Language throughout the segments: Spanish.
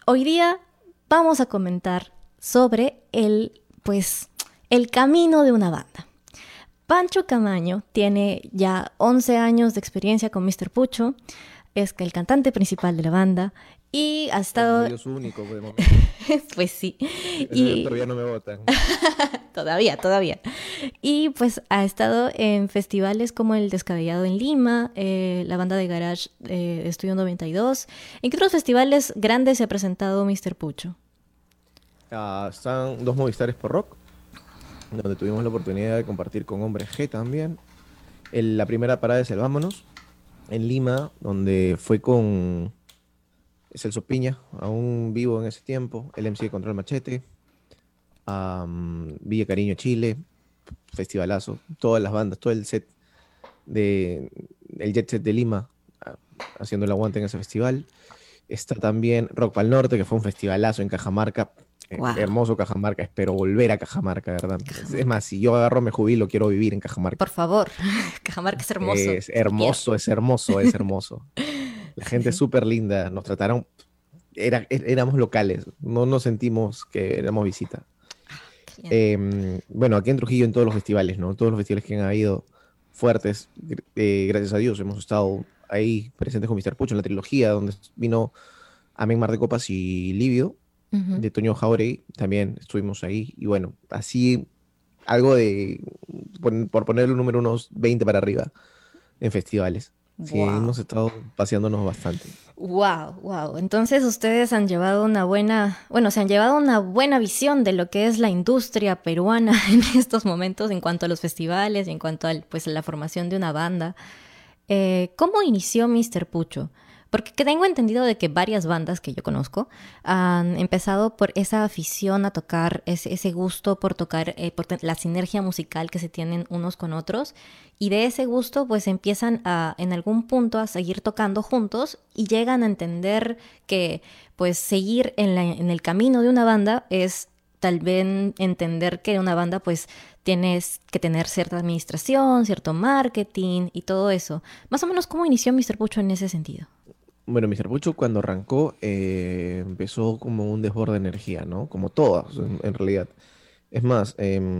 Hoy día vamos a comentar sobre el camino de una banda. Pancho Camaño tiene ya 11 años de experiencia con Mr. Pucho, es el cantante principal de la banda y ha Gracias a estado, Dios único, pues, de momento. pues sí, Gracias a Dios y todavía no me votan. todavía. Y pues ha estado en festivales como el Descabellado en Lima, la banda de garage Estudio 92. ¿En qué otros festivales grandes se ha presentado Mr. Pucho? Están dos Movistares por Rock, donde tuvimos la oportunidad de compartir con Hombre G también. La primera parada es el Vámonos, en Lima, donde fue con Celso Piña, aún vivo en ese tiempo, el MC de Control Machete, Villa Cariño Chile, festivalazo, todas las bandas, todo el set de el Jet Set de Lima, haciendo el aguante en ese festival. Está también Rock Pal Norte, que fue un festivalazo en Cajamarca. Wow, Hermoso Cajamarca, espero volver a Cajamarca, ¿verdad? Es Cajamarca. más, si yo agarro, me jubilo, quiero vivir en Cajamarca. Por favor, Cajamarca es hermoso, Es es mi tierra. hermoso, es hermoso, es hermoso. La Sí, gente es sí. súper linda, nos trataron, éramos locales, no nos sentimos que éramos visita. Genial. Bueno, aquí en Trujillo en todos los festivales, ¿no? Todos los festivales que han habido fuertes, gracias a Dios, hemos estado ahí presentes con Mr. Pucho en la trilogía, donde vino Amén Mar de Copas y Livio, Ujú. de Toño Jauregui, también estuvimos ahí. Y bueno, así algo de, por ponerle un número, unos 20 para arriba en festivales. Sí, Wow. hemos estado paseándonos bastante. Wow. Entonces ustedes han llevado se han llevado una buena visión de lo que es la industria peruana en estos momentos en cuanto a los festivales y en cuanto a la formación de una banda. ¿Cómo inició Mr. Pucho? Porque tengo entendido de que varias bandas que yo conozco han empezado por esa afición a tocar, ese gusto por tocar, la sinergia musical que se tienen unos con otros. Y de ese gusto pues empiezan en algún punto a seguir tocando juntos y llegan a entender que pues seguir en el camino de una banda es tal vez entender que una banda pues tienes que tener cierta administración, cierto marketing y todo eso. Más o menos, ¿cómo inició Mr. Pucho en ese sentido? Bueno, Mr. Pucho cuando arrancó empezó como un desborde de energía, ¿no? Como todas, en realidad. Es más,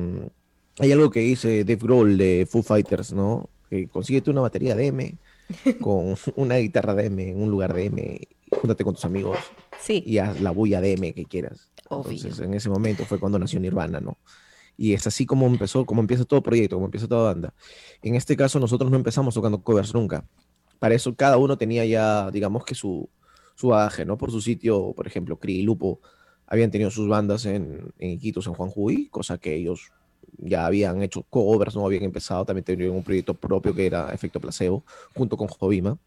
hay algo que dice Dave Grohl de Foo Fighters, ¿no? Que consíguete una batería de M con una guitarra de M en un lugar de M, júntate con tus amigos Sí, y haz la bulla de M que quieras. obvio. Entonces, en ese momento fue cuando nació Nirvana, ¿no? Y es así como empezó, como empieza todo proyecto, como empieza toda banda. En este caso, nosotros no empezamos tocando covers nunca. Para eso, cada uno tenía ya, digamos que su bagaje, ¿no? Por su sitio, por ejemplo, Cri y Lupo habían tenido sus bandas en Iquitos, en Juanjuy, cosa que ellos ya habían hecho covers, no habían empezado, también tenían un proyecto propio que era Efecto Placebo, junto con Jovima.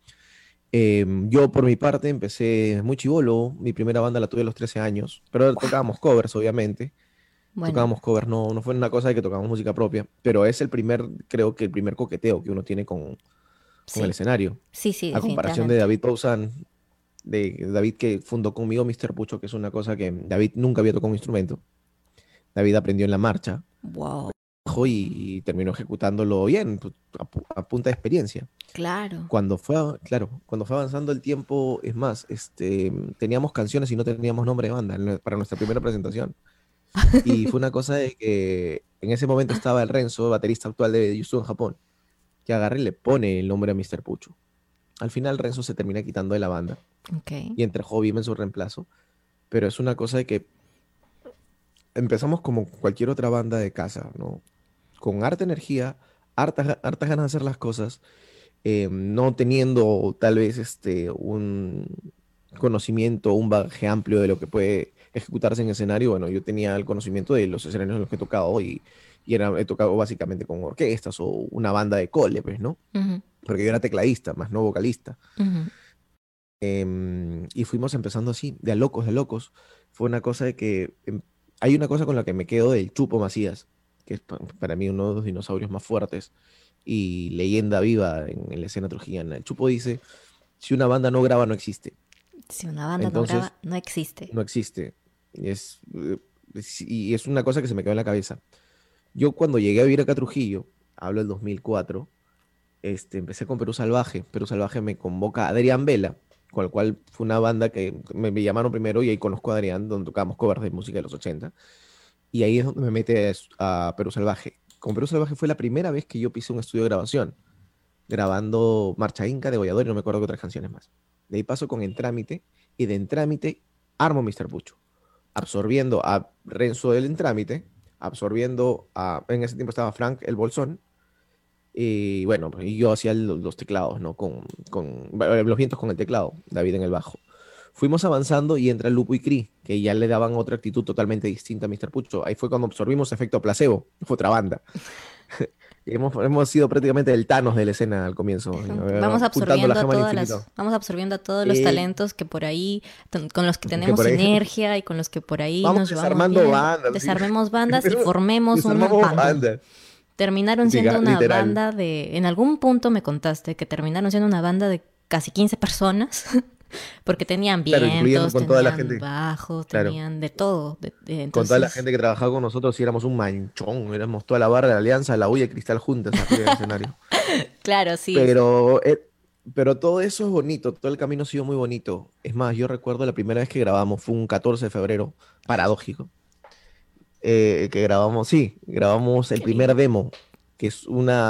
Yo por mi parte empecé muy chivolo, mi primera banda la tuve a los 13 años, pero Wow. tocábamos covers, obviamente. Bueno, Tocábamos covers, no fue una cosa de que tocábamos música propia, pero es el primer, creo que el primer coqueteo que uno tiene con el sí. escenario. Sí, A comparación de definitivamente. David Pausán, de David que fundó conmigo Mr. Pucho, que es una cosa que David nunca había tocado un instrumento. David aprendió en la marcha Wow. y terminó ejecutándolo bien, pues, a punta de experiencia. Claro. Claro, cuando fue avanzando el tiempo, es más, teníamos canciones y no teníamos nombre de banda para nuestra primera presentación. Y fue una cosa de que en ese momento estaba el Renzo, baterista actual de Yusu en Japón, que agarra y le pone el nombre a Mr. Pucho. Al final Renzo se termina quitando de la banda Ok. y entra Hobby en su reemplazo, pero es una cosa de que empezamos como cualquier otra banda de casa, ¿no? Con harta energía, hartas ganas de hacer las cosas, no teniendo tal vez un conocimiento, un bagaje amplio de lo que puede ejecutarse en escenario. Bueno, yo tenía el conocimiento de los escenarios en los que he tocado he tocado básicamente con orquestas o una banda de cole, pues, ¿no? Ujú, Porque yo era tecladista, más no vocalista. ujú. Y fuimos empezando así, de a locos, de locos. Fue una cosa de que hay una cosa con la que me quedo del Chupo Macías, que es para mí uno de los dinosaurios más fuertes y leyenda viva en la escena trujillana. El Chupo dice, si una banda no graba, no existe. Si una banda no graba, Entonces, no existe. no existe. Y es una cosa que se me quedó en la cabeza. Yo cuando llegué a vivir acá a Trujillo, hablo del 2004, empecé con Perú Salvaje. Perú Salvaje me convoca a Adrián Vela, con el cual fue una banda que me llamaron primero y ahí conozco a Adrián, donde tocábamos covers de música de los 80. Y ahí es donde me mete a Perú Salvaje. Con Perú Salvaje fue la primera vez que yo pisé un estudio de grabación, grabando Marcha Inca de Goyador y no me acuerdo qué otras canciones más. De ahí paso con En Trámite y de En Trámite armo Mr. Pucho, absorbiendo a Renzo del En Trámite, absorbiendo a, en ese tiempo estaba Frank el Bolsón, y bueno, pues, y yo hacía los teclados, ¿no? Los vientos con el teclado, David en el bajo. Fuimos avanzando y entra Lupo y Cri, que ya le daban otra actitud totalmente distinta a Mr. Pucho. Ahí fue cuando absorbimos Efecto Placebo, fue otra banda. Y hemos sido prácticamente el Thanos de la escena al comienzo, Vamos apuntando la absorbiendo gema al infinito. vamos absorbiendo a todos los talentos que por ahí, con los que Que tenemos por ahí sinergia y con los que por ahí vamos nos llevamos desarmando bien. bandas. ¿Sí? Desarmemos bandas y formemos una Desarmamos banda. bandas. Terminaron Sí, siendo una literal. banda de... En algún punto me contaste que terminaron siendo una banda de casi 15 personas. Porque tenían Claro, incluyendo vientos, con toda la tenían gente. bajos, Claro. tenían de todo. Con toda la Entonces, gente que trabajaba con nosotros, sí éramos un manchón. Éramos toda la barra de la Alianza, la Ulla y Cristal juntas arriba del escenario. claro, sí. Pero, pero todo eso es bonito, todo el camino ha sido muy bonito. Es más, yo recuerdo la primera vez que grabamos, fue un 14 de febrero, paradójico, que grabamos, sí, grabamos el Qué primer lindo. demo, que es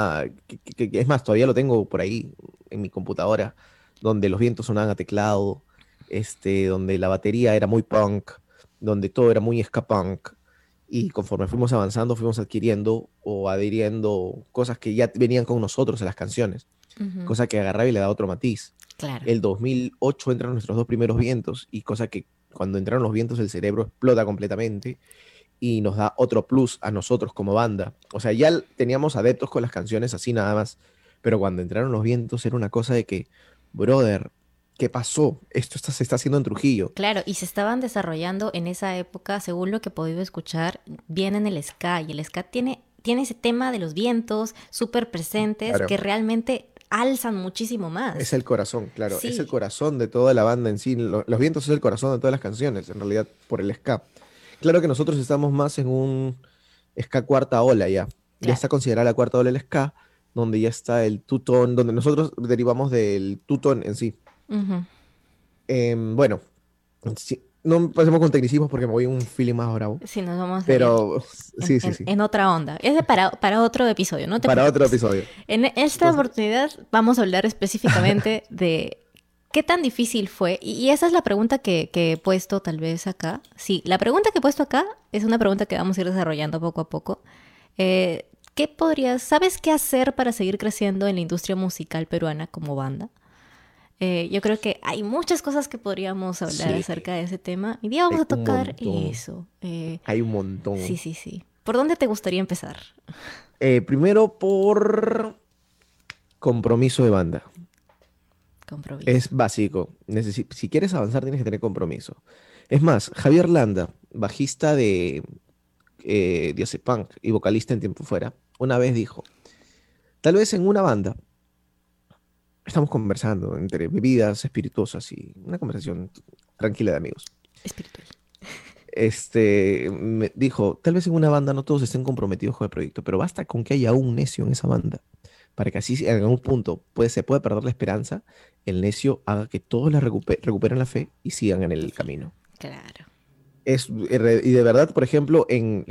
es más, todavía lo tengo por ahí en mi computadora, donde los vientos sonaban a teclado, donde la batería era muy punk, donde todo era muy ska punk. Y conforme fuimos avanzando, fuimos adquiriendo o adhiriendo cosas que ya venían con nosotros en las canciones, Ujú, cosa que agarraba y le daba otro matiz. claro. El 2008 entran nuestros dos primeros vientos y cosa que cuando entraron los vientos el cerebro explota completamente y nos da otro plus a nosotros como banda. O sea, ya teníamos adeptos con las canciones así nada más, pero cuando entraron los vientos era una cosa de que, brother, ¿qué pasó? Se está haciendo en Trujillo. Claro, y se estaban desarrollando en esa época, según lo que he podido escuchar, bien en el ska. Y el ska tiene ese tema de los vientos súper presentes Claro. que realmente alzan muchísimo Es más. el corazón, claro, es el Sí, corazón de toda la banda en sí. Los vientos es el corazón de todas las canciones, en realidad, por el ska. Claro que nosotros estamos más en un ska cuarta ola ya. Ya claro. está considerada la cuarta ola el ska, donde ya está el two-tone, donde nosotros derivamos del two-tone en sí. Ujú. Bueno, sí, no pasemos con tecnicismos porque me voy en un feeling más bravo. Sí, nos vamos a ir Pero sí, sí, sí. en otra onda. Es para otro episodio, no te Para otro preocupes. episodio. En esta Entonces, oportunidad vamos a hablar específicamente de qué tan difícil fue. Y esa es la pregunta que he puesto tal vez acá. Sí, la pregunta que he puesto acá es una pregunta que vamos a ir desarrollando poco a poco. ¿Sabes qué hacer para seguir creciendo en la industria musical peruana como banda? Yo creo que hay muchas cosas que podríamos hablar sí, acerca de ese tema. Y día vamos hay a un tocar montón. eso. Hay un Sí, montón. sí, sí. ¿Por dónde te gustaría empezar? Primero por compromiso de banda. Compromiso. Es básico. Si quieres avanzar, tienes que tener compromiso. Es más, Javier Landa, bajista de Diazepunk y vocalista en Tiempo Fuera, una vez dijo, tal vez en una banda estamos conversando entre bebidas espirituosas y una conversación tranquila de amigos. Espiritual. Me dijo, tal vez en una banda no todos estén comprometidos con el proyecto, pero basta con que haya un necio en esa banda para que así en algún punto se pueda perder la esperanza, el necio haga que todos recuperen la fe y sigan en el camino. Claro. Y de verdad, por ejemplo,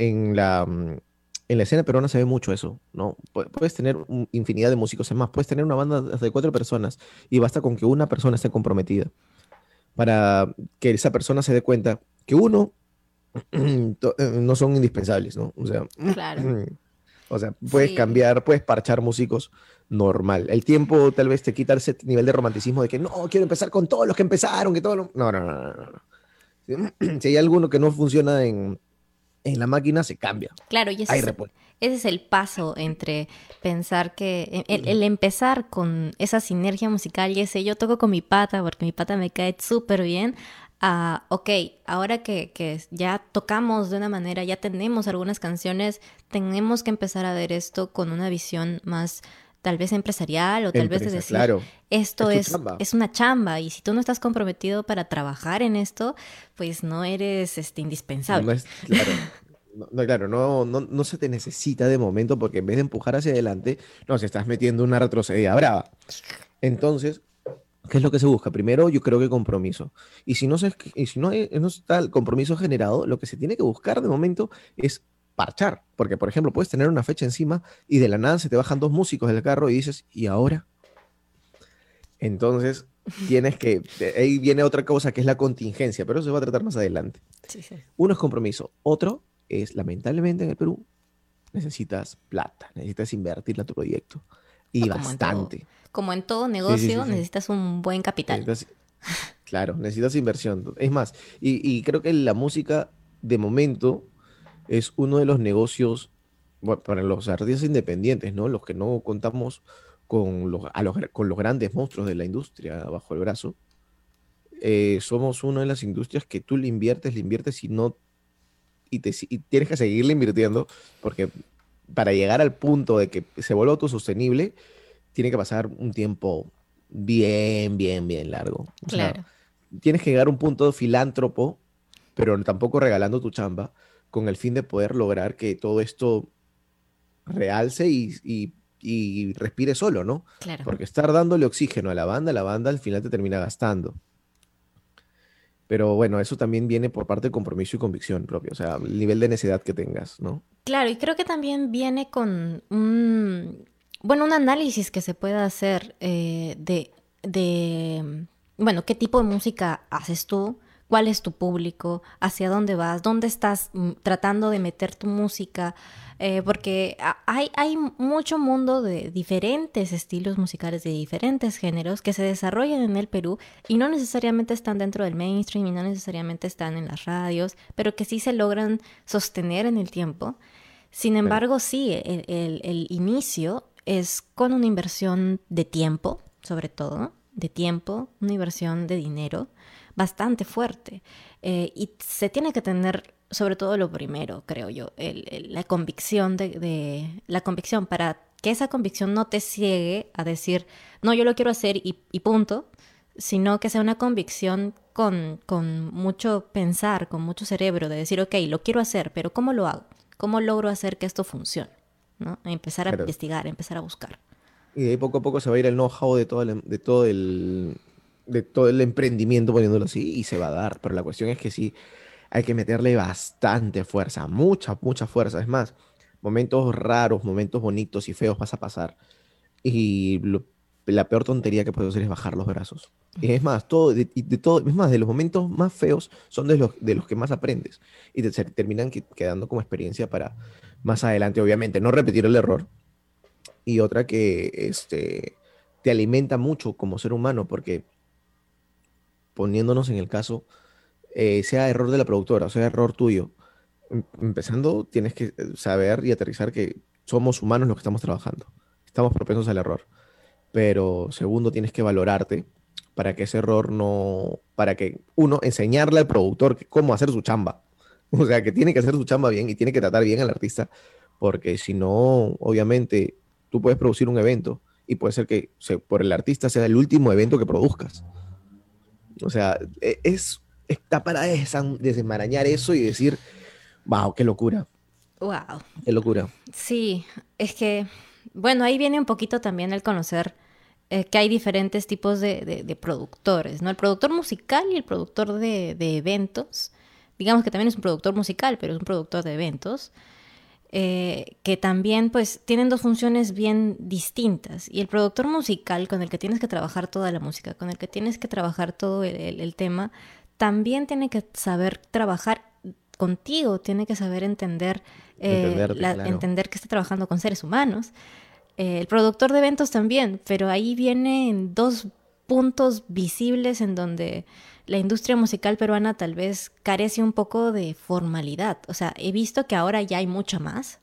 en la escena peruana se ve mucho eso, ¿no? Puedes tener infinidad de músicos, es más, puedes tener una banda hasta de 4 personas y basta con que una persona esté comprometida para que esa persona se dé cuenta que uno no son indispensables, ¿no? Claro. O sea, puedes Sí. cambiar, puedes parchar músicos normal. El tiempo tal vez te quita ese nivel de romanticismo de que no, quiero empezar con todos los que empezaron, que todos los... No, no, no, no, no, no. Si hay alguno que no funciona en la máquina, se cambia. Claro, y Hay repuesto. ese es el paso entre pensar que el empezar con esa sinergia musical y ese yo toco con mi pata porque mi pata me cae súper bien. Ok, ahora que ya tocamos de una manera, ya tenemos algunas canciones, tenemos que empezar a ver esto con una visión más tal vez empresarial o tal vez de Empresa, decir, claro. esto Es tu chamba. es una chamba y si tú no estás comprometido para trabajar en esto, pues no eres No indispensable. es, claro. Claro, no se te necesita de momento porque en vez de empujar hacia adelante, nos estás metiendo una retrocedida brava. Entonces, ¿Qué es lo que se busca? Primero, yo creo que compromiso. Y si no está el compromiso generado, lo que se tiene que buscar de momento es parchar. Porque, por ejemplo, puedes tener una fecha encima y de la nada se te bajan dos músicos del carro y dices, ¿y ahora? Entonces, ahí viene otra cosa que es la contingencia, pero eso se va a tratar más adelante. Sí, sí. Uno es compromiso. Otro es, lamentablemente en el Perú, necesitas plata, necesitas invertirle a tu proyecto. Y No, bastante. como en todo Sí, sí, sí, negocio, sí. necesitas un buen capital. Necesitas, claro, necesitas inversión. Es más, y creo que la música, de momento, es uno de los negocios, bueno, para los artistas independientes, ¿no? Los que no contamos con los grandes monstruos de la industria bajo el brazo. Somos una de las industrias que tú le inviertes y no, y tienes que seguirle invirtiendo, porque para llegar al punto de que se vuelva autosostenible, tiene que pasar un tiempo bien largo. O sea, Claro, tienes que llegar a un punto de filántropo, pero tampoco regalando tu chamba, con el fin de poder lograr que todo esto realce y respire solo, ¿no? claro. Porque estar dándole oxígeno a la banda al final te termina gastando. Pero bueno, eso también viene por parte de compromiso y convicción propio, o sea, el nivel de necedad que tengas, ¿no? Claro, y creo que también viene con bueno, un análisis que se pueda hacer bueno, qué tipo de música haces tú, cuál es tu público, hacia dónde vas, dónde estás tratando de meter tu música, porque hay mucho mundo de diferentes estilos musicales, de diferentes géneros que se desarrollan en el Perú y no necesariamente están dentro del mainstream y no necesariamente están en las radios, pero que sí se logran sostener en el tiempo. Sin Claro. embargo, sí, el inicio es con una inversión de tiempo, sobre todo, de tiempo, una inversión de dinero bastante fuerte. Y se tiene que tener, sobre todo lo primero, creo yo, la convicción la convicción para que esa convicción no te ciegue a decir, no, yo lo quiero hacer y punto, sino que sea una convicción con mucho pensar, con mucho cerebro, de decir, ok, lo quiero hacer, pero ¿cómo lo hago? ¿Cómo logro hacer que esto funcione? ¿No? Empezar a Claro. investigar, empezar a buscar. Y de ahí poco a poco se va a ir el know-how de todo el emprendimiento, poniéndolo así, y se va a dar. Pero la cuestión es que sí, hay que meterle bastante fuerza, mucha fuerza. Es más, momentos raros, momentos bonitos y feos vas a pasar. Y la peor tontería que puedes hacer es bajar los brazos. Y es más, es más, de los momentos más feos son de los que más aprendes. Y se terminan quedando como experiencia para más adelante, obviamente, no repetir el error. Y otra que te alimenta mucho como ser humano, porque poniéndonos en el caso, sea error de la productora, o sea error tuyo, empezando, tienes que saber y aterrizar que somos humanos los que estamos trabajando. Estamos propensos al error. Pero segundo, tienes que valorarte para que ese error no, para que uno, enseñarle al productor cómo hacer su chamba. O sea, que tiene que hacer su chamba bien y tiene que tratar bien al artista, porque si no, obviamente, tú puedes producir un evento y puede ser que por el artista sea el último evento que produzcas. O sea, está para desenmarañar eso y decir, wow, qué locura, Wow. qué locura. Sí, es que, bueno, ahí viene un poquito también el conocer que hay diferentes tipos de productores, ¿no? El productor musical y el productor de eventos. Digamos que también es un productor musical, pero es un productor de eventos. Que también pues tienen dos funciones bien distintas. Y el productor musical con el que tienes que trabajar toda la música, con el que tienes que trabajar todo el tema, también tiene que saber trabajar contigo, tiene que saber entender, Entenderte, claro. entender que está trabajando con seres humanos. El productor de eventos también, pero ahí vienen dos puntos visibles en donde la industria musical peruana tal vez carece un poco de formalidad. O sea, he visto que ahora ya hay mucha más.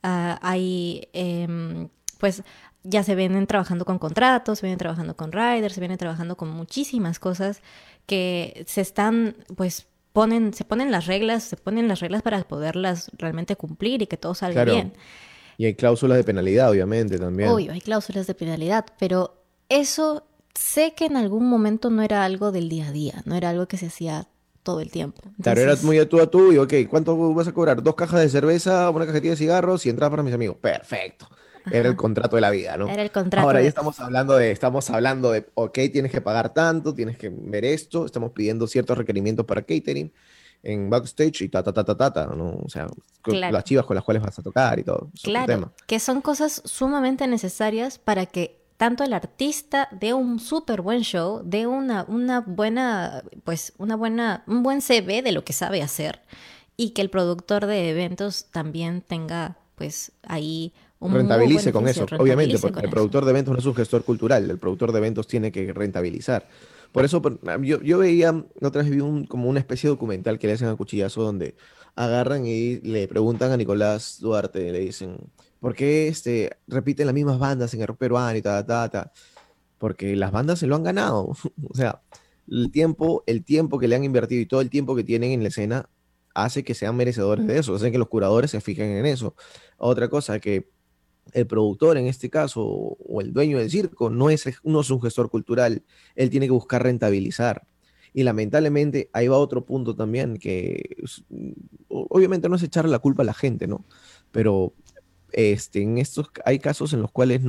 Pues ya se vienen trabajando con contratos, se vienen trabajando con riders, se vienen trabajando con muchísimas cosas que se están, pues, se ponen las reglas para poderlas realmente cumplir y que todo salga Claro. bien. Y hay cláusulas de penalidad, obviamente, también. Obvio, hay cláusulas de penalidad, pero eso sé que en algún momento no era algo del día a día, no era algo que se hacía todo el tiempo. Claro, era Entonces, muy a tú y ok, ¿cuánto vas a cobrar? Dos cajas de cerveza, una cajetilla de cigarros y entrada para mis amigos. Perfecto. Era el Ajá. contrato de la vida, ¿no? Era el contrato Ahora ya de... estamos hablando de, ok, tienes que pagar tanto, tienes que ver esto, estamos pidiendo ciertos requerimientos para catering en backstage y ¿no? O sea, Claro. las chivas con las cuales vas a tocar y todo, es otro Claro, tema. que son cosas sumamente necesarias para que tanto el artista dé un súper buen show, dé una buena, pues, un buen CV de lo que sabe hacer y que el productor de eventos también tenga, pues, ahí un muy buen Rentabilice con beneficio, eso, obviamente, rentabilice porque con el eso. productor de eventos no es un gestor cultural, el productor de eventos tiene que rentabilizar. Por eso yo veía, otra vez vi como una especie de documental que le hacen a Cuchillazo donde agarran y le preguntan a Nicolás Duarte, le dicen, ¿por qué repiten las mismas bandas en el rock peruano y ta? Porque las bandas se lo han ganado. O sea, el tiempo que le han invertido y todo el tiempo que tienen en la escena hace que sean merecedores de eso, hace que los curadores se fijen en eso. Otra cosa, que el productor en este caso, o el dueño del circo, no es un gestor cultural, él tiene que buscar rentabilizar. Y lamentablemente ahí va otro punto también, que obviamente no es echarle la culpa a la gente, ¿no? Pero en estos hay casos en los cuales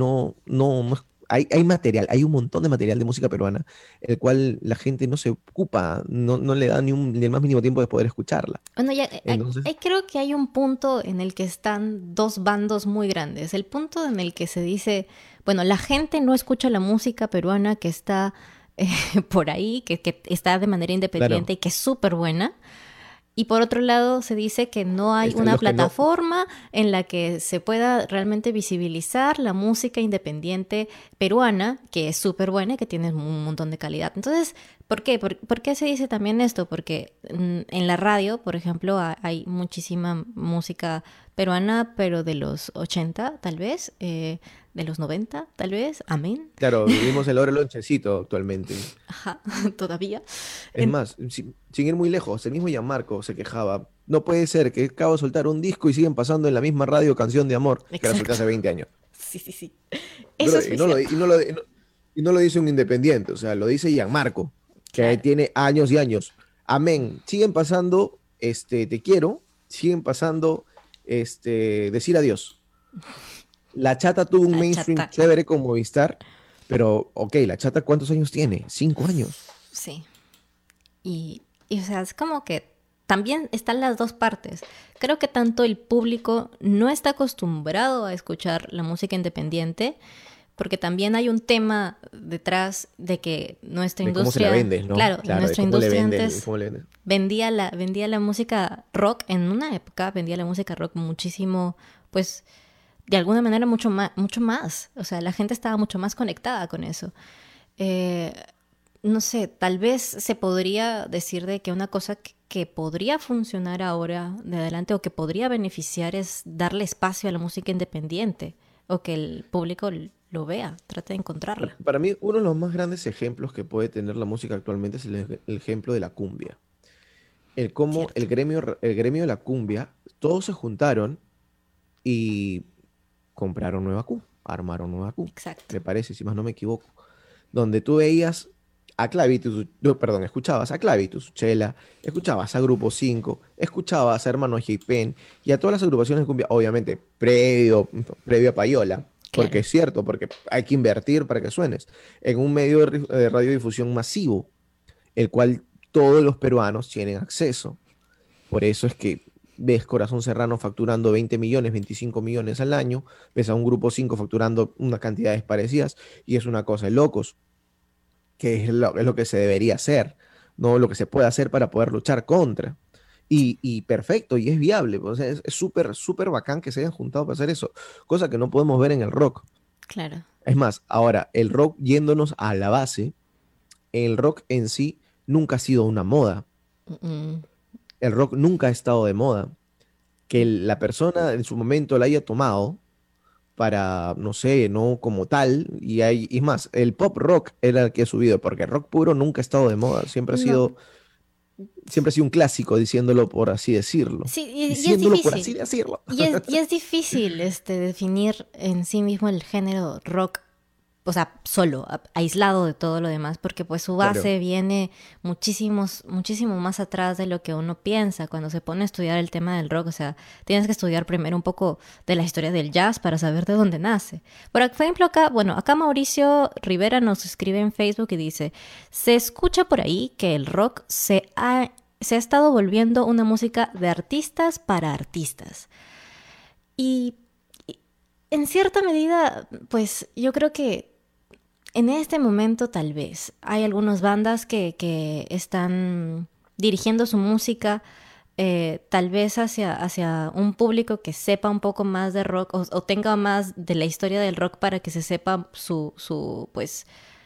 hay material, hay un montón de material de música peruana, el cual la gente no se ocupa, no le da ni el más mínimo tiempo de poder escucharla. Bueno, ya Entonces, creo que hay un punto en el que están dos bandos muy grandes. El punto en el que se dice, bueno, la gente no escucha la música peruana que está por ahí, que está de manera claro, independiente y que es súper buena. Y por otro lado, se dice que no hay están una los que no, plataforma en la que se pueda realmente visibilizar la música independiente peruana, que es súper buena y que tiene un montón de calidad. Entonces, ¿por qué? ¿Por qué se dice también esto? Porque en la radio, por ejemplo, hay muchísima música peruana, pero de los 80, tal vez, de los 90, tal vez, amén. claro, vivimos el oro lonchecito actualmente. Ajá, todavía. Es más, sin ir muy lejos, el mismo Gianmarco se quejaba. No puede ser que acabo de soltar un disco y siguen pasando en la misma radio Canción de Amor que la solté Exacto. hace 20 años. Sí, sí, sí. Eso Bro, es muy cierto. y no lo dice un independiente, o sea, lo dice Gianmarco, que Claro. tiene años y años. Amén. Siguen pasando, Te quiero, siguen pasando, Decir adiós. La Chata tuvo un La mainstream chata. chévere con Movistar, pero, ok, la Chata, ¿cuántos años tiene? 5 años. Sí. O sea, es como que también están las dos partes. Creo que tanto el público no está acostumbrado a escuchar la música independiente, porque también hay un tema detrás de que nuestra De cómo se la industria, vendes, ¿no? claro, Claro, de nuestra cómo le industria vendes, antes cómo le vendes. vendía la música rock, en una época vendía la música rock muchísimo, pues de alguna manera mucho más, mucho más. O sea, la gente estaba mucho más conectada con eso. Eh, no sé, tal vez se podría decir de que una cosa que podría funcionar ahora de adelante o que podría beneficiar es darle espacio a la música independiente o que el público lo vea, trate de encontrarla. Para mí, uno de los más grandes ejemplos que puede tener la música actualmente es el ejemplo de la cumbia. El cómo Cierto, el gremio de la cumbia, todos se juntaron y compraron Nueva Q, armaron Nueva Q, exacto. me parece, si más no me equivoco, donde tú veías a Clavitus, no, perdón, escuchabas a Clavitus, Chela, escuchabas a Grupo 5, escuchabas a Hermano Pen y a todas las agrupaciones de cumbia, obviamente, previo a Payola, porque Claro. es cierto, porque hay que invertir para que suenes, en un medio de radiodifusión masivo, el cual todos los peruanos tienen acceso. Por eso es que ves Corazón Serrano facturando 20 millones, 25 millones al año, ves a un Grupo 5 facturando unas cantidades parecidas y es una cosa de locos, que es lo que se debería hacer, no lo que se puede hacer para poder luchar contra. Y perfecto, y es viable, o sea, es súper, súper bacán que se hayan juntado para hacer eso, cosa que no podemos ver en el rock. Claro. Es más, ahora, el rock yéndonos a la base, el rock en sí nunca ha sido una moda, Mm, el rock nunca ha estado de moda. Que la persona en su momento la haya tomado para, no sé, no como tal, y es más, el pop rock era el que ha subido, porque el rock puro nunca ha estado de moda, no. siempre ha sido un clásico, diciéndolo por así decirlo, Sí, y es diciéndolo por así difícil. decirlo. Y es difícil definir en sí mismo el género rock o sea, solo, aislado de todo lo demás, porque pues su base Claro. viene muchísimo más atrás de lo que uno piensa cuando se pone a estudiar el tema del rock. O sea, tienes que estudiar primero un poco de la historia del jazz para saber de dónde nace. Por ejemplo, acá Mauricio Rivera nos escribe en Facebook y dice, se escucha por ahí que el rock se ha estado volviendo una música de artistas para artistas. Y en cierta medida, pues yo creo que en este momento tal vez hay algunas bandas que están dirigiendo su música tal vez hacia un público que sepa un poco más de rock o tenga más de la historia del rock para que se sepa pues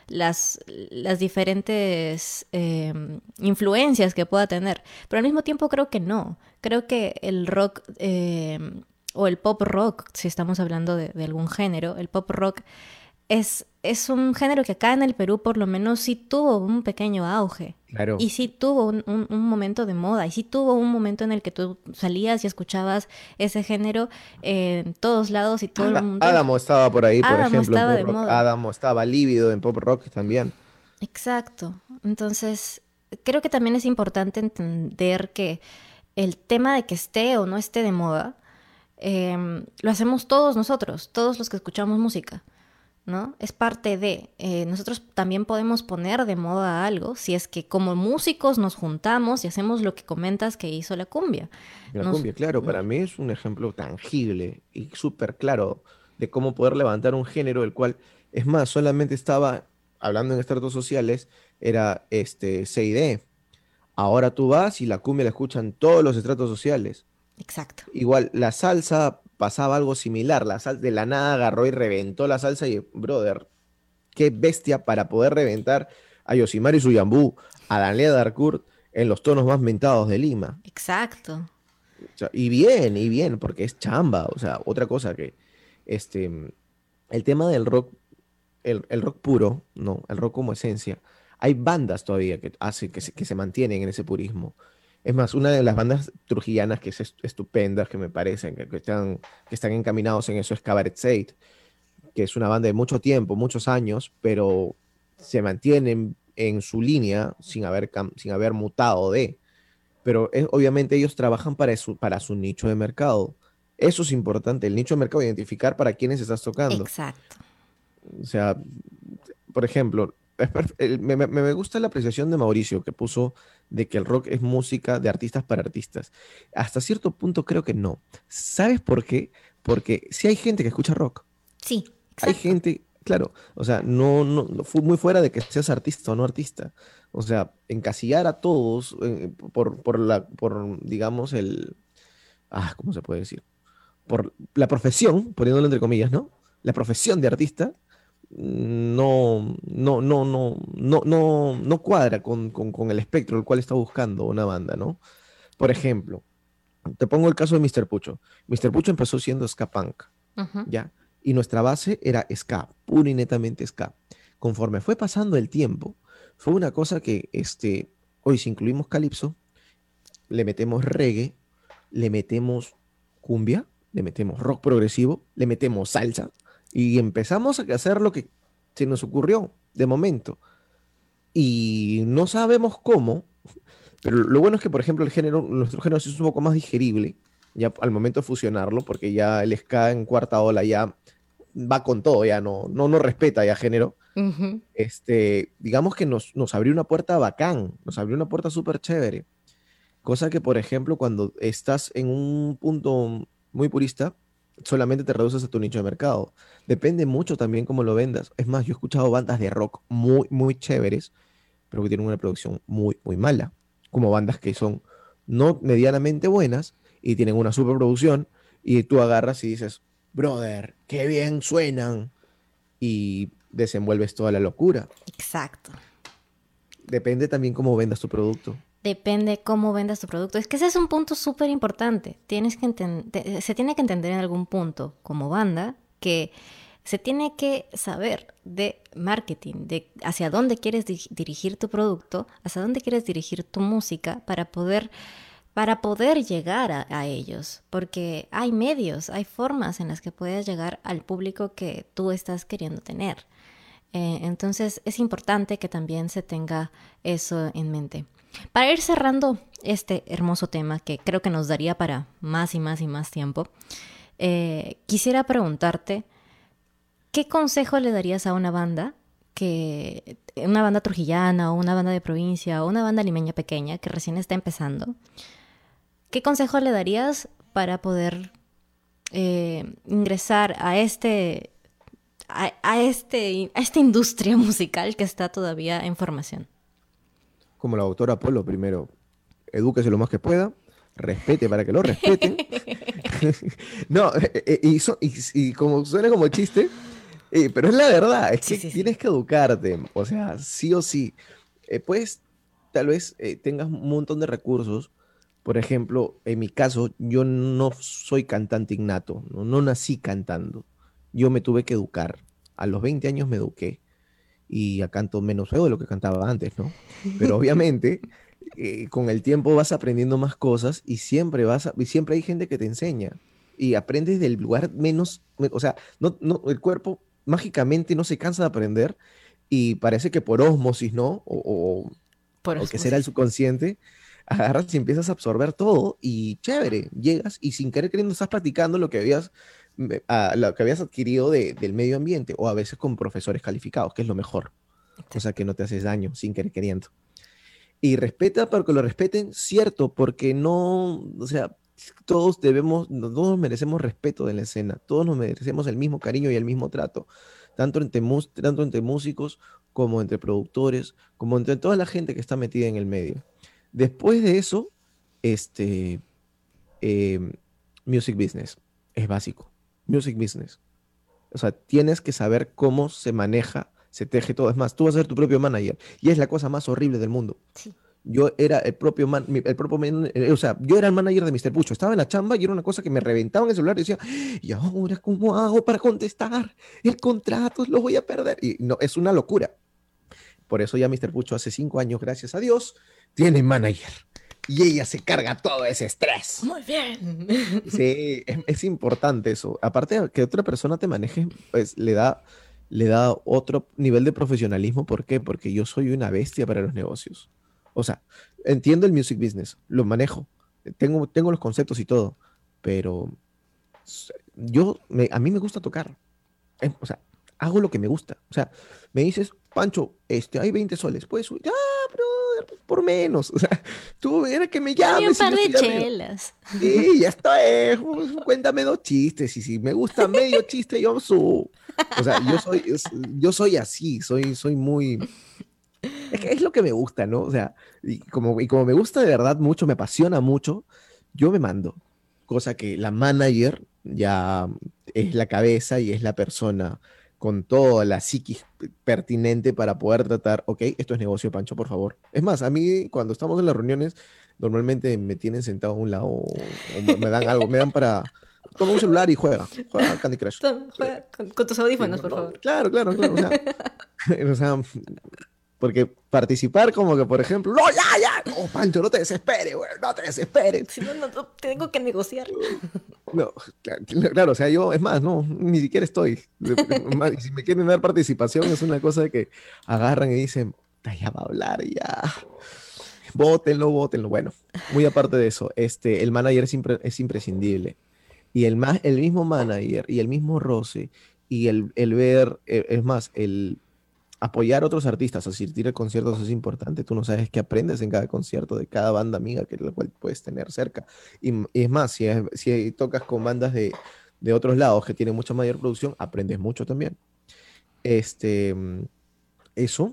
las diferentes influencias que pueda tener. Pero al mismo tiempo creo que no. Creo que el rock o el pop rock, si estamos hablando de algún género, el pop rock es un género que acá en el Perú por lo menos sí tuvo un pequeño auge. Claro. Y sí tuvo un momento de moda. Y sí tuvo un momento en el que tú salías y escuchabas ese género en todos lados y todo el mundo. Adamo estaba por ahí, por Adamo ejemplo, en estaba pop de rock. moda. Adamo estaba Lívido en pop rock también. Exacto. Entonces, creo que también es importante entender que el tema de que esté o no esté de moda, lo hacemos todos nosotros, todos los que escuchamos música, ¿no? Es parte de... nosotros también podemos poner de moda algo si es que como músicos nos juntamos y hacemos lo que comentas que hizo la cumbia. La Nos, cumbia, claro, para mí es un ejemplo tangible y súper claro de cómo poder levantar un género el cual, es más, solamente estaba, hablando en estratos sociales, era CID. Ahora tú vas y la cumbia la escuchan todos los estratos sociales. exacto. Igual, la salsa pasaba algo similar. La salsa de la nada agarró y reventó la salsa y, brother, qué bestia para poder reventar a Yosimar y Suyambú, a Daniela Darcourt en los tonos más mentados de Lima. Exacto. O sea, y bien, porque es chamba. O sea, otra cosa que este, el tema del rock, el rock puro, no, el rock como esencia, hay bandas todavía que hacen, que se mantienen en ese purismo. Es más, una de las bandas trujillanas que es estupendas, que me parecen, que están encaminados en eso, es Cabaret Saint, que es una banda de mucho tiempo, muchos años, pero se mantienen en su línea sin haber mutado de. Pero obviamente ellos trabajan para su nicho de mercado. Eso es importante, el nicho de mercado, identificar para quiénes estás tocando. Exacto. O sea, por ejemplo, me gusta la apreciación de Mauricio que puso de que el rock es música de artistas para artistas. Hasta cierto punto creo que no. ¿Sabes por qué? Porque si hay gente que escucha rock, Sí, hay exacto. gente, claro, o sea, no fue muy fuera de que seas artista o no artista. O sea, encasillar a todos digamos, ¿cómo se puede decir? Por la profesión, poniéndolo entre comillas, ¿no? La profesión de artista no cuadra con el espectro el cual está buscando una banda, ¿no? Por ejemplo, te pongo el caso de Mr. Pucho. Mr. Pucho empezó siendo ska punk, Ujú. ¿ya? Y nuestra base era ska, puro y netamente ska. Conforme fue pasando el tiempo, fue una cosa que, hoy si incluimos calipso, le metemos reggae, le metemos cumbia, le metemos rock progresivo, le metemos salsa y empezamos a hacer lo que se nos ocurrió de momento. Y no sabemos cómo, pero lo bueno es que, por ejemplo, nuestro género sí es un poco más digerible ya al momento de fusionarlo, porque ya el ska en cuarta ola ya va con todo, ya no respeta ya género. Ujú. Digamos que nos abrió una puerta bacán, nos abrió una puerta súper chévere. Cosa que, por ejemplo, cuando estás en un punto muy purista, solamente te reduces a tu nicho de mercado. Depende mucho también cómo lo vendas. Es más, yo he escuchado bandas de rock muy chéveres, pero que tienen una producción muy mala. Como bandas que son no medianamente buenas y tienen una superproducción y tú agarras y dices, brother, qué bien suenan y desenvuelves toda la locura. Exacto. Depende también cómo vendas tu producto. Depende cómo vendas tu producto. Es que ese es un punto súper importante. Se tiene que entender en algún punto como banda que se tiene que saber de marketing, de hacia dónde quieres dirigir tu producto, hacia dónde quieres dirigir tu música para poder llegar a ellos. Porque hay medios, hay formas en las que puedes llegar al público que tú estás queriendo tener. Entonces es importante que también se tenga eso en mente. Para ir cerrando este hermoso tema, que creo que nos daría para más y más y más tiempo, quisiera preguntarte, ¿qué consejo le darías a una banda trujillana o una banda de provincia o una banda limeña pequeña que recién está empezando? ¿Qué consejo le darías para poder ingresar a esta industria musical que está todavía en formación? Como la doctora Polo, primero, edúquese lo más que pueda, respete para que lo respeten. No, y como suena como chiste, pero es la verdad, es que Sí. tienes que educarte, o sea, sí o sí. Pues tal vez tengas un montón de recursos. Por ejemplo, en mi caso, yo no soy cantante innato, no nací cantando. Yo me tuve que educar. A los 20 años me eduqué y ya canto menos feo de lo que cantaba antes, ¿no? Pero obviamente con el tiempo vas aprendiendo más cosas y y siempre hay gente que te enseña y aprendes del lugar o sea, el cuerpo mágicamente no se cansa de aprender y parece que por ósmosis, ¿no? Por O que será el osmosis. subconsciente, agarras y empiezas a absorber todo y chévere, llegas y sin querer queriendo estás practicando lo que habías adquirido del medio ambiente o a veces con profesores calificados, que es lo mejor, cosa que no te haces daño sin querer queriendo. Y respeta para que lo respeten, cierto, porque no, o sea, todos merecemos respeto de la escena, todos nos merecemos el mismo cariño y el mismo trato, tanto entre músicos como entre productores, como entre toda la gente que está metida en el medio. Después de eso, este, eh, music business es básico. Music business. O sea, tienes que saber cómo se maneja, se teje todo. Es más, tú vas a ser tu propio manager. Y es la cosa más horrible del mundo. Sí. Yo era o sea, yo era el manager de Mr. Pucho. Estaba en la chamba y era una cosa que me reventaba en el celular y decía, ¿y ahora cómo hago para contestar? El contrato lo voy a perder. Y no, es una locura. Por eso ya Mr. Pucho hace 5 años, gracias a Dios, tiene manager. Y ella se carga todo ese estrés. Muy bien. Sí, es importante eso. Aparte de que otra persona te maneje, pues le da otro nivel de profesionalismo. ¿Por qué? Porque yo soy una bestia para los negocios. O sea, entiendo el music business, lo manejo, tengo los conceptos y todo, pero a mí me gusta tocar. O sea, hago lo que me gusta. O sea, me dices, Pancho, hay 20 soles, puedes subir. Ah, brother, por menos. O sea, tú era que me Dame un llames y par yo de estoy arriba. chelas. Sí, ya está, cuéntame 2 chistes y si me gusta medio chiste yo subo. O sea, yo soy así, soy muy... Es que es lo que me gusta, ¿no? O sea, y como me gusta de verdad mucho, me apasiona mucho, yo me mando. Cosa que la manager ya es la cabeza y es la persona con toda la psiquis pertinente para poder tratar, ok, esto es negocio, Pancho, por favor. Es más, a mí cuando estamos en las reuniones, normalmente me tienen sentado a un lado o me dan algo, me dan para... Toma un celular y juega Candy Crush. Juega con tus Sí, audífonos, no, por no, favor. claro, claro, claro. O sea, o sea, porque participar como que, por ejemplo, no, ya, no, Pancho, no te desesperes, güey, no te desesperes. Si no, no tengo que negociar. No, claro, o sea, yo, es más, no, ni siquiera estoy. Y si me quieren dar participación, es una cosa de que agarran y dicen, "Ta, ya va a hablar, ya. Bótenlo, bótenlo. Bueno, muy aparte de eso, el manager es imprescindible. Y el mismo manager y el mismo roce y el ver, es más, el apoyar a otros artistas, asistir a conciertos es importante. Tú no sabes qué aprendes en cada concierto de cada banda amiga que la cual puedes tener cerca. Y es más, si tocas con bandas de otros lados que tienen mucha mayor producción, aprendes mucho también. Este, mm, Eso,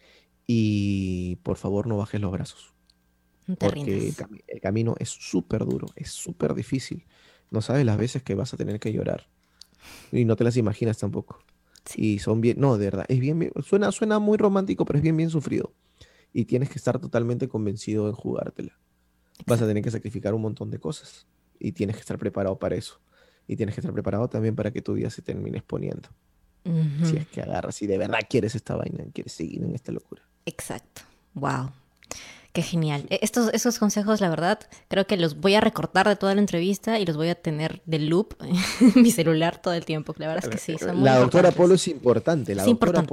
y por favor no bajes los brazos, No te porque rindas. el camino es súper duro, es súper difícil. No sabes las veces que vas a tener que llorar y no te las imaginas tampoco. Sí, Y son bien, no, de verdad, suena muy romántico, pero es bien sufrido. Y tienes que estar totalmente convencido en jugártela. Vas a exacto. tener que sacrificar un montón de cosas y tienes que estar preparado para eso. Y tienes que estar preparado también para que tu vida se termine exponiendo. Si Ujú. es que agarras y de verdad quieres esta vaina, quieres seguir en esta locura. Exacto. Wow. Qué genial. Esos consejos, la verdad, creo que los voy a recortar de toda la entrevista y los voy a tener de loop en mi celular todo el tiempo. La verdad es que sí, son muy La doctora importantes. Polo es importante, la Es doctora importante. Polo.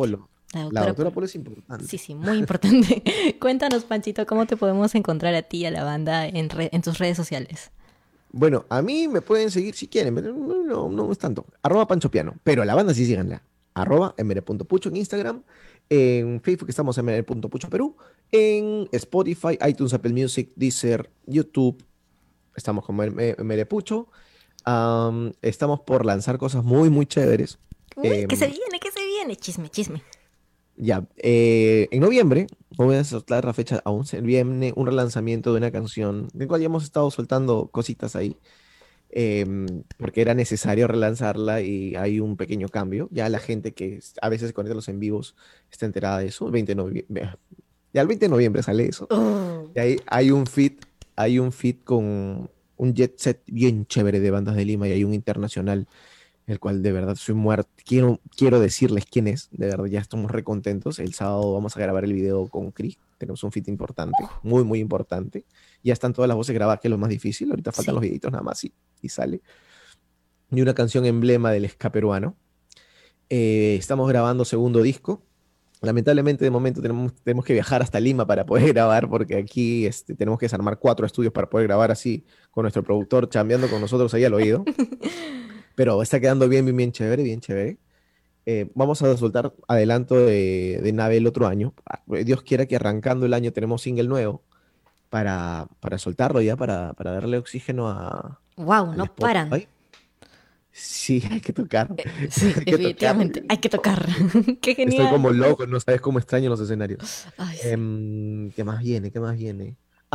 La doctora Polo es importante. Sí, sí, muy importante. Cuéntanos, Panchito, ¿cómo te podemos encontrar a ti y a la banda en tus redes sociales? Bueno, a mí me pueden seguir si quieren, pero no es tanto. @panchopiano, pero a la banda sí síganla. @mr.pucho en Instagram. En Facebook estamos mr.pucho Perú. En Spotify, iTunes, Apple Music, Deezer, YouTube. Estamos como mrpucho. Estamos por lanzar cosas muy, muy chéveres. Uy, ¿qué se viene? ¿Qué se viene? Chisme, chisme. Ya, en noviembre, no voy a soltar la fecha aún, se viene un relanzamiento de una canción, del cual ya hemos estado soltando cositas ahí, porque era necesario relanzarla y hay un pequeño cambio. Ya la gente que a veces se conecta a los en vivos está enterada de eso. El 20 de noviembre, ya el 20 de noviembre sale eso. Y ahí hay un feat con un jet set bien chévere de bandas de Lima y hay un internacional el cual de verdad soy muerto. Quiero decirles quién es, de verdad ya estamos recontentos. El sábado vamos a grabar el video con Chris, tenemos un feat importante, muy, muy importante. Ya están todas las voces grabadas, que es lo más difícil, ahorita faltan los videitos nada más y sale. Y una canción emblema del ska peruano. Estamos grabando segundo disco. Lamentablemente de momento tenemos que viajar hasta Lima para poder grabar, porque aquí tenemos que desarmar 4 estudios para poder grabar así, con nuestro productor chambeando con nosotros ahí al oído. Pero está quedando bien, bien, bien chévere, bien chévere. Vamos a soltar adelanto de Nave el otro año. Dios quiera que arrancando el año tenemos single nuevo para soltarlo ya, para darle oxígeno a... ¡Wow! No paran. Sí, hay que tocar. Sí, definitivamente, hay que tocar. ¡Qué genial! Estoy como loco, no sabes cómo extraño los escenarios. Ay, sí. ¿Qué más viene? ¿Qué más viene?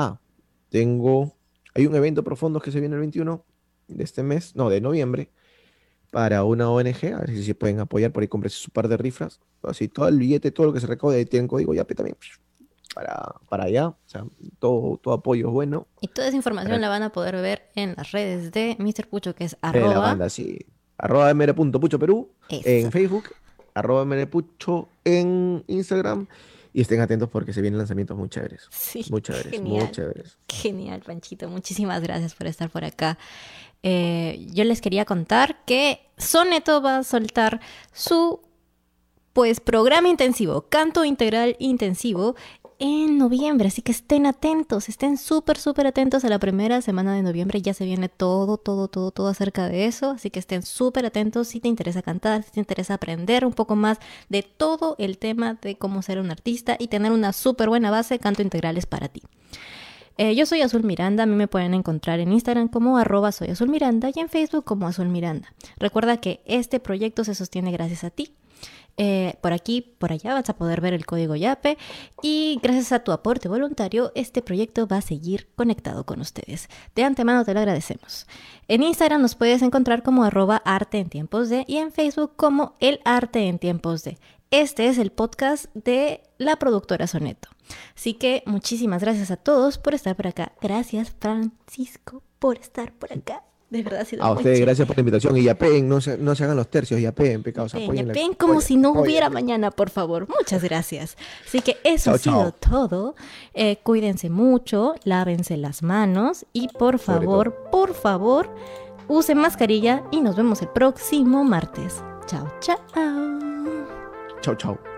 Hay un evento profundo que se viene el 21 de este mes, no, de noviembre, para una ONG, a ver si se pueden apoyar, por ahí comprarse su par de riflas, así todo el billete, todo lo que se recaude, tienen código YAPE también, para allá, o sea, todo apoyo es bueno. Y toda esa información la van a poder ver en las redes de Mr. Pucho, que es De la banda, sí, @mr.puchoperú en Facebook, @mrpucho en Instagram, y estén atentos porque se vienen lanzamientos muy chéveres. Sí, muy chéveres, genial. muy chéveres. Genial, Panchito. Muchísimas gracias por estar por acá. Yo les quería contar que Soneto va a soltar su programa intensivo, canto integral intensivo, en noviembre, así que estén atentos, estén súper, súper atentos a la primera semana de noviembre. Ya se viene todo acerca de eso, así que estén súper atentos si te interesa cantar, si te interesa aprender un poco más de todo el tema de cómo ser un artista y tener una súper buena base. Canto integral es para ti. Yo soy Azul Miranda, a mí me pueden encontrar en Instagram como @soyazulmiranda y en Facebook como Azul Miranda. Recuerda que este proyecto se sostiene gracias a ti. Por aquí, por allá vas a poder ver el código YAPE y gracias a tu aporte voluntario este proyecto va a seguir conectado con ustedes. De antemano te lo agradecemos. En Instagram nos puedes encontrar como @arte en tiempos de y en Facebook como el arte en tiempos de. Este es el podcast de la productora Soneto. Así que muchísimas gracias a todos por estar por acá. Gracias, Francisco, por estar por acá. De verdad ha sido a muy ustedes, chévere. gracias por la invitación. Y yapeen, no se hagan los tercios, yapeen, pecados. Ven como si no hubiera mañana, por favor. Muchas gracias. Así que eso ha sido todo. Cuídense mucho, lávense las manos y por favor, usen mascarilla y nos vemos el próximo martes. Chao, chao. Chao, chao.